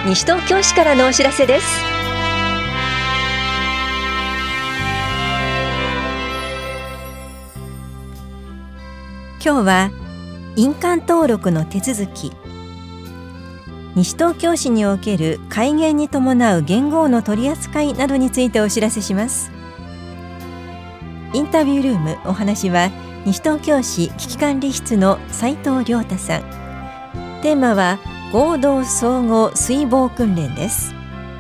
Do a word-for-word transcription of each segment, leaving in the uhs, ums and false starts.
西東京市からのお知らせです。 今日は印鑑登録の手続き、西東京市における改元に伴う元号の取り扱いなどについてお知らせします。インタビュールーム、お話は西東京市危機管理室の斉藤亮太さん。テーマは合同総合水防訓練です。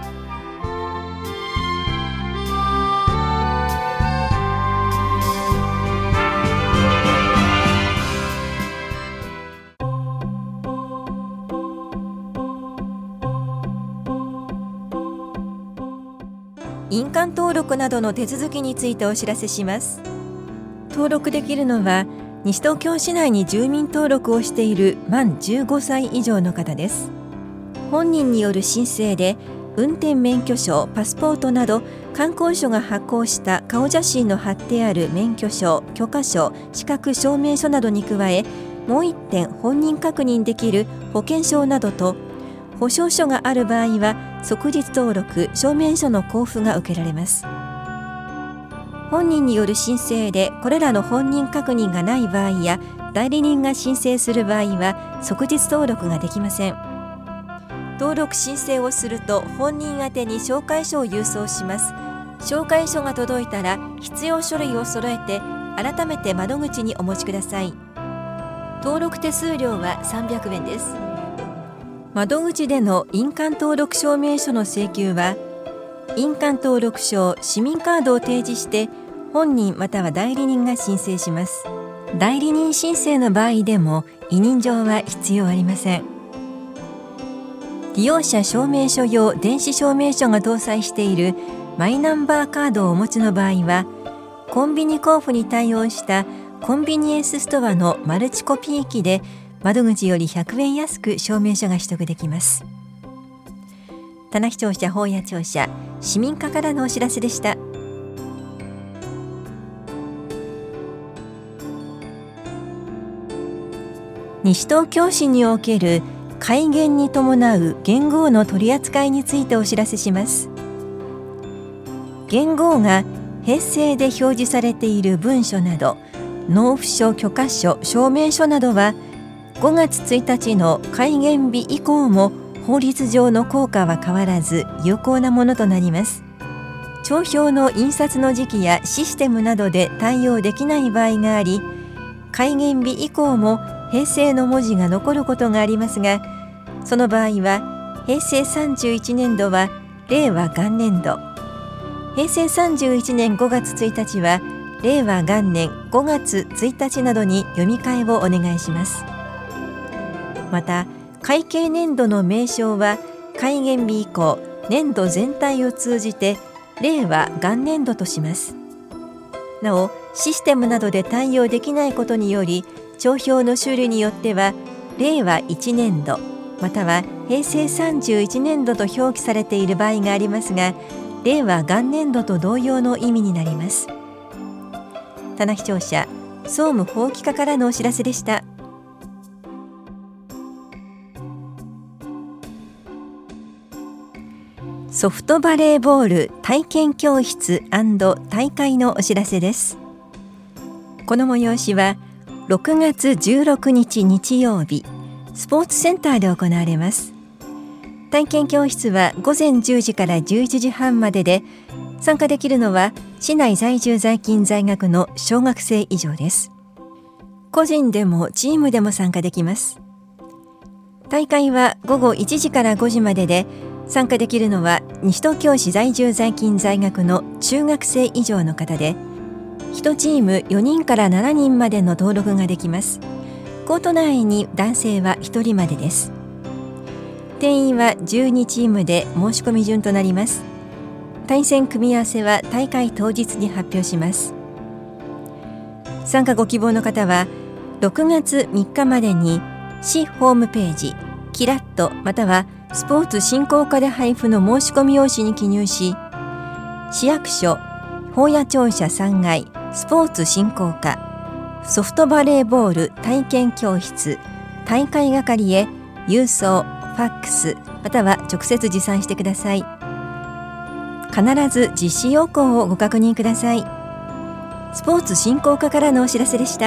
印鑑登録などの手続きについてお知らせします。登録できるのは西東京市内に住民登録をしている満じゅうごさい以上の方です。本人による申請で運転免許証、パスポートなど観光省が発行した顔写真の貼ってある免許証、許可証、資格証明書などに加え、もう一点本人確認できる保険証などと、保証書がある場合は即日登録、証明書の交付が受けられます。本人による申請でこれらの本人確認がない場合や代理人が申請する場合は即日登録ができません。登録申請をすると本人宛てに紹介書を郵送します。紹介書が届いたら必要書類を揃えて改めて窓口にお持ちください。登録手数料はさんびゃくえんです。窓口での印鑑登録証明書の請求は、印鑑登録証、市民カードを提示して本人または代理人が申請します。代理人申請の場合でも委任状は必要ありません。利用者証明書用電子証明書が搭載しているマイナンバーカードをお持ちの場合は、コンビニ交付に対応したコンビニエンスストアのマルチコピー機で窓口よりひゃくえん安く証明書が取得できます。棚視聴者、法屋庁舎、市民課からのお知らせでした。西東京市における改元に伴う元号の取り扱いについてお知らせします。元号が平成で表示されている文書など、納付書、許可書、証明書などはごがつついたちの改元日以降も法律上の効果は変わらず有効なものとなります。帳票の印刷の時期やシステムなどで対応できない場合があり、改元日以降も平成の文字が残ることがありますが、その場合は平成さんじゅういちねんどは令和元年度、平成さんじゅういちねんごがつついたちは令和元年ごがつついたちなどに読み替えをお願いします。また会計年度の名称は改元日以降年度全体を通じて令和元年度とします。なおシステムなどで対応できないことにより、帳票の種類によっては令和いちねんどまたは平成さんじゅういちねんどと表記されている場合がありますが、令和元年度と同様の意味になります。棚視聴者、総務法規課からのお知らせでした。ソフトバレーボール体験教室&大会のお知らせです。この催しはろくがつじゅうろくにち日曜日、スポーツセンターで行われます。体験教室はごぜんじゅうじからじゅういちじはんまでで、参加できるのは市内在住在勤在学の小学生以上です。個人でもチームでも参加できます。大会はごごいちじからごじまでで、参加できるのは西東京市在住在勤在学の中学生以上の方で、いちチームよにんからしちにんまでの登録ができます。コート内に男性はひとりまでです。定員はじゅうにチームで申し込み順となります。対戦組み合わせは大会当日に発表します。参加ご希望の方はろくがつみっかまでに市ホームページキラッとまたはスポーツ振興課で配布の申し込み用紙に記入し、市役所法屋庁舎さんがいスポーツ振興課ソフトバレーボール体験教室大会係へ郵送フファックスまたは直接持参してください。必ず実施要項をご確認ください。スポーツ振興課からのお知らせでした。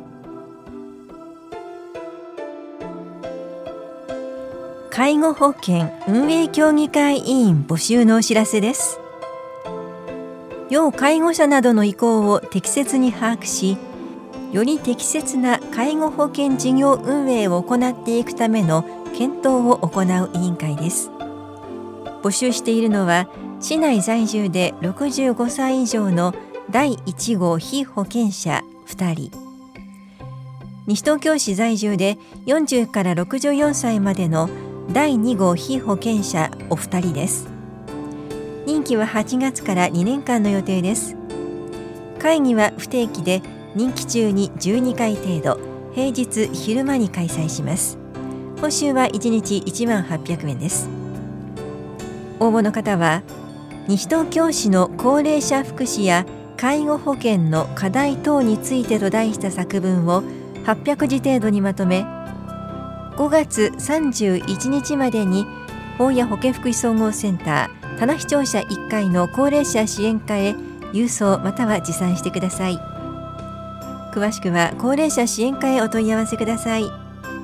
介護保険運営協議会委員募集のお知らせです。要介護者などの意向を適切に把握し、より適切な介護保険事業運営を行っていくための検討を行う委員会です。募集しているのは市内在住でろくじゅうごさい以上のだいいち号被保険者ふたり、西東京市在住でよんじゅうからろくじゅうよんさいまでのだいに号被保険者お二人です。任期ははちがつからにねんかんの予定です。会議は不定期で任期中にじゅうにかい程度、平日昼間に開催します。報酬はいちにちいちまんはっぴゃくえんです。応募の方は西東京市の高齢者福祉や介護保険の課題等についてと題した作文をはっぴゃくじ程度にまとめ、ごがつさんじゅういちにちまでに保谷保健福祉総合センター田名市庁舎いっかいの高齢者支援課へ郵送または持参してください。詳しくは高齢者支援課へお問い合わせください。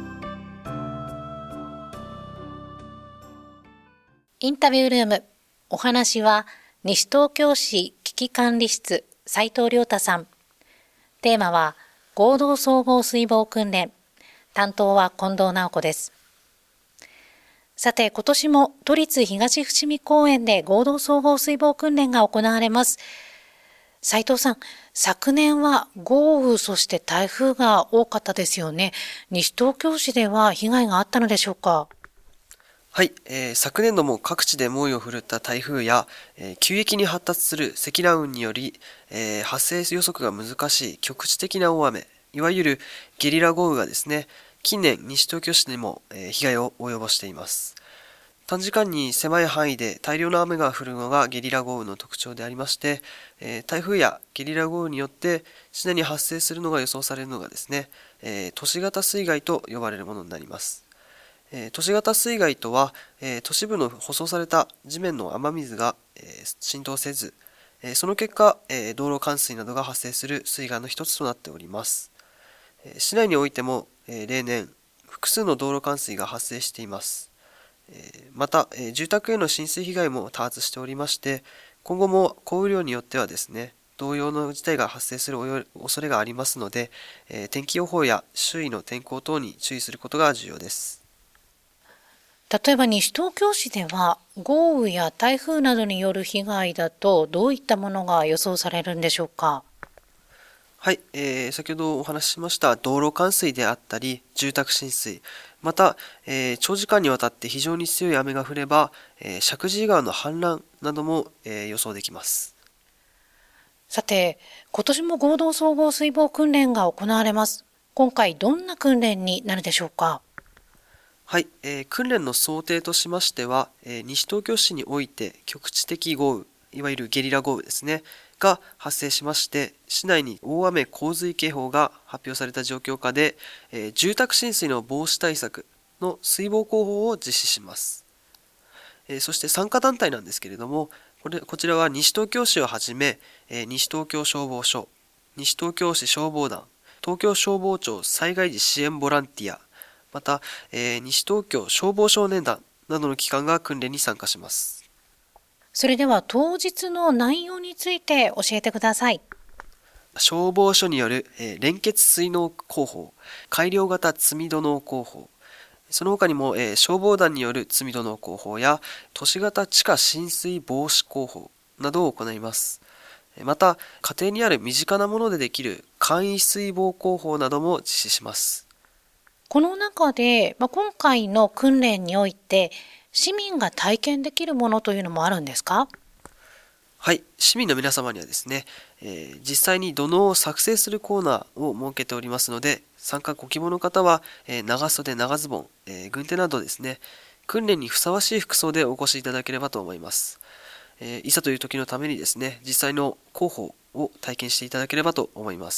インタビュールーム、お話は西東京市危機管理室斉藤亮太さん。テーマは合同総合水防訓練、担当は近藤直子です。さて、今年も都立東伏見公園で合同総合水防訓練が行われます。斉藤さん、昨年は豪雨そして台風が多かったですよね。西東京市では被害があったのでしょうか？ はい、えー、昨年度も各地で猛威を振るった台風や、えー、急激に発達する積乱雲により、えー、発生予測が難しい局地的な大雨、いわゆるゲリラ豪雨がですね、近年西東京市にも、えー、被害を及ぼしています。短時間に狭い範囲で大量の雨が降るのがゲリラ豪雨の特徴でありまして、えー、台風やゲリラ豪雨によって市内に発生するのが予想されるのがですね、えー、都市型水害と呼ばれるものになります。えー、都市型水害とは、えー、都市部の舗装された地面の雨水が、えー、浸透せず、えー、その結果、えー、道路冠水などが発生する水害の一つとなっております。えー、市内においても、えー、例年複数の道路冠水が発生しています。えー、また、えー、住宅への浸水被害も多発しておりまして、今後も降雨量によってはですね、同様の事態が発生する恐れがありますので、えー、天気予報や周囲の天候等に注意することが重要です。 例えば西東京市では豪雨や台風などによる被害だとどういったものが予想されるんでしょうか？ はい、えー、先ほどお話ししました道路冠水であったり住宅浸水、また、えー、長時間にわたって非常に強い雨が降れば、えー、石神井川の氾濫なども、えー、予想できます。 さて、今年も合同総合水防訓練が行われます。今回どんな訓練になるでしょうか？ はい、えー、訓練の想定としましては、えー、西東京市において局地的豪雨、いわゆるゲリラ豪雨ですね、が発生しまして、市内に大雨洪水警報が発表された状況下で、えー、住宅浸水の防止対策の水防工法を実施します。えー、そして参加団体なんですけれども、これこちらは西東京市をはじめ、えー、西東京消防署、西東京市消防団、東京消防庁災害時支援ボランティア、また、えー、西東京消防少年団などの機関が訓練に参加します。 それでは当日の内容について教えてください。 消防署による、えー、連結水納工法、改良型積土納工法、その他にも、えー、消防団による積土納工法や都市型地下浸水防止工法などを行います。また、家庭にある身近なものでできる簡易水防工法なども実施します。 この中で、まあ、今回の訓練において市民が体験できるものというのもあるんですか？ はい、市民の皆様にはですね、えー、実際に土のうを作成するコーナーを設けておりますので、参加ご希望の方は、えー、長袖長ズボン、えー、軍手などですね、訓練にふさわしい服装でお越しいただければと思います。えー、いざという時のためにですね、実際の工法を体験していただければと思います。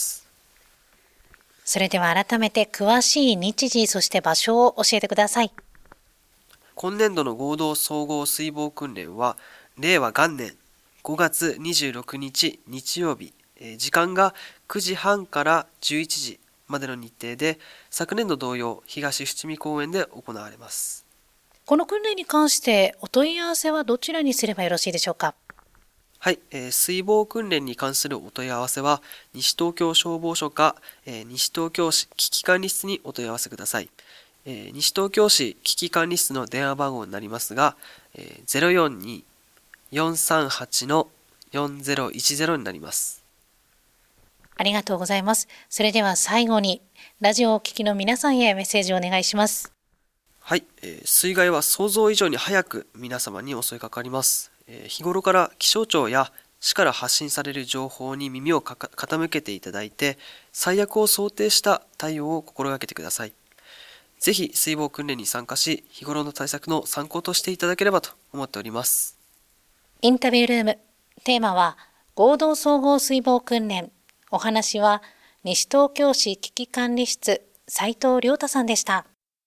それでは改めて詳しい日時、そして場所を教えてください。 今年度の合同総合水防訓練は令和元年ごがつにじゅうろくにち日曜日、時間がくじはんからじゅういちじまでの日程で、昨年度同様東伏見公園で行われます。 この訓練に関してお問い合わせはどちらにすればよろしいでしょうか？ はい、えー、水防訓練に関するお問い合わせは西東京消防署か、えー、西東京市危機管理室にお問い合わせください。えー、西東京市危機管理室の電話番号になりますが、えー、ゼロよんに よんさんはち のよんゼロいちゼロになります。 ありがとうございます。それでは最後にラジオをお聞きの皆さんへメッセージをお願いします。 はい、えー、水害は想像以上に早く皆様に襲いかかります。えー、日頃から気象庁や市から発信される情報に耳をかか傾けていただいて、最悪を想定した対応を心がけてください。ぜひ水防訓練に参加し、日頃の対策の参考としていただければと思っております。 インタビュールーム、テーマは合同総合水防訓練。お話は西東京市危機管理室斉藤亮太さんでした。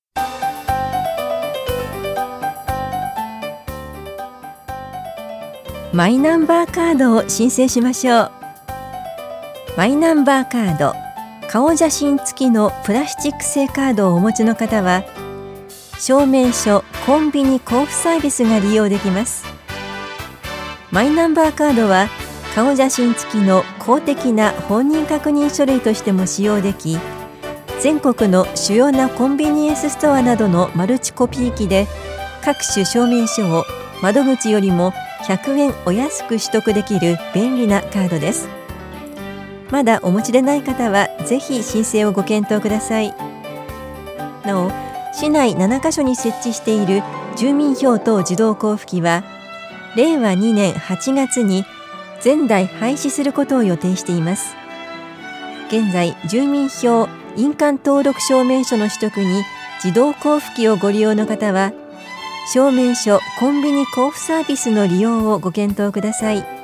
マイナンバーカードを申請しましょう。マイナンバーカード、顔写真付きのプラスチック製カードをお持ちの方は、証明書・コンビニ交付サービスが利用できます。マイナンバーカードは顔写真付きの公的な本人確認書類としても使用でき、全国の主要なコンビニエンスストアなどのマルチコピー機で各種証明書を窓口よりもひゃくえんお安く取得できる便利なカードです。まだお持ちでない方はぜひ申請をご検討ください。なお、市内ななかしょに設置している住民票等自動交付機はれいわにねんはちがつに全台廃止することを予定しています。現在、住民票・印鑑登録証明書の取得に自動交付機をご利用の方は、証明書・コンビニ交付サービスの利用をご検討ください。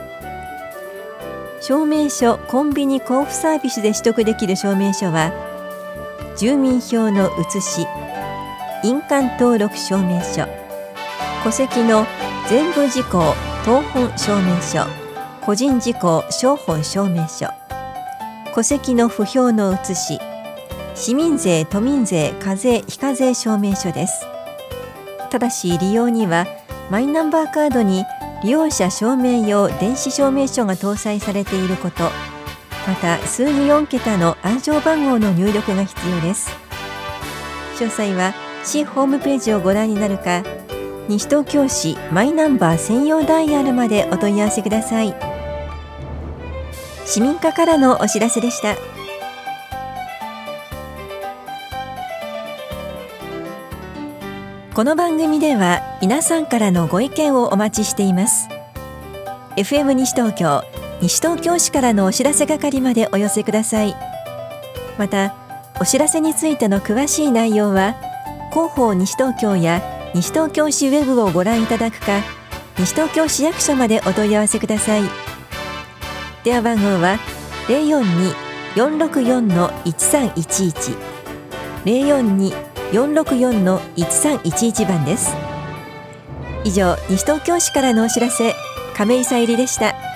証明書・コンビニ交付サービスで取得できる証明書は、住民票の写し、印鑑登録証明書、戸籍の全部事項謄本証明書、個人事項証本証明書、戸籍の不評の写し、市民税・都民税・課税・非課税証明書です。ただし利用にはマイナンバーカードに利用者証明用電子証明書が搭載されていること、また数字よんけたの暗証番号の入力が必要です。詳細は市ホームページをご覧になるか、西東京市マイナンバー専用ダイヤルまでお問い合わせください。市民課からのお知らせでした。この番組では皆さんからのご意見をお待ちしています。 エフエム 西東京、西東京市からのお知らせ係までお寄せください。また、お知らせについての詳しい内容は広報西東京や西東京市ウェブをご覧いただくか、西東京市役所までお問い合わせください。電話番号は ゼロよんに よんろくよん いちさんいちいち ゼロよんに よんろくよん いちさんいちいち 番です。以上、西東京市からのお知らせ、亀井さゆりでした。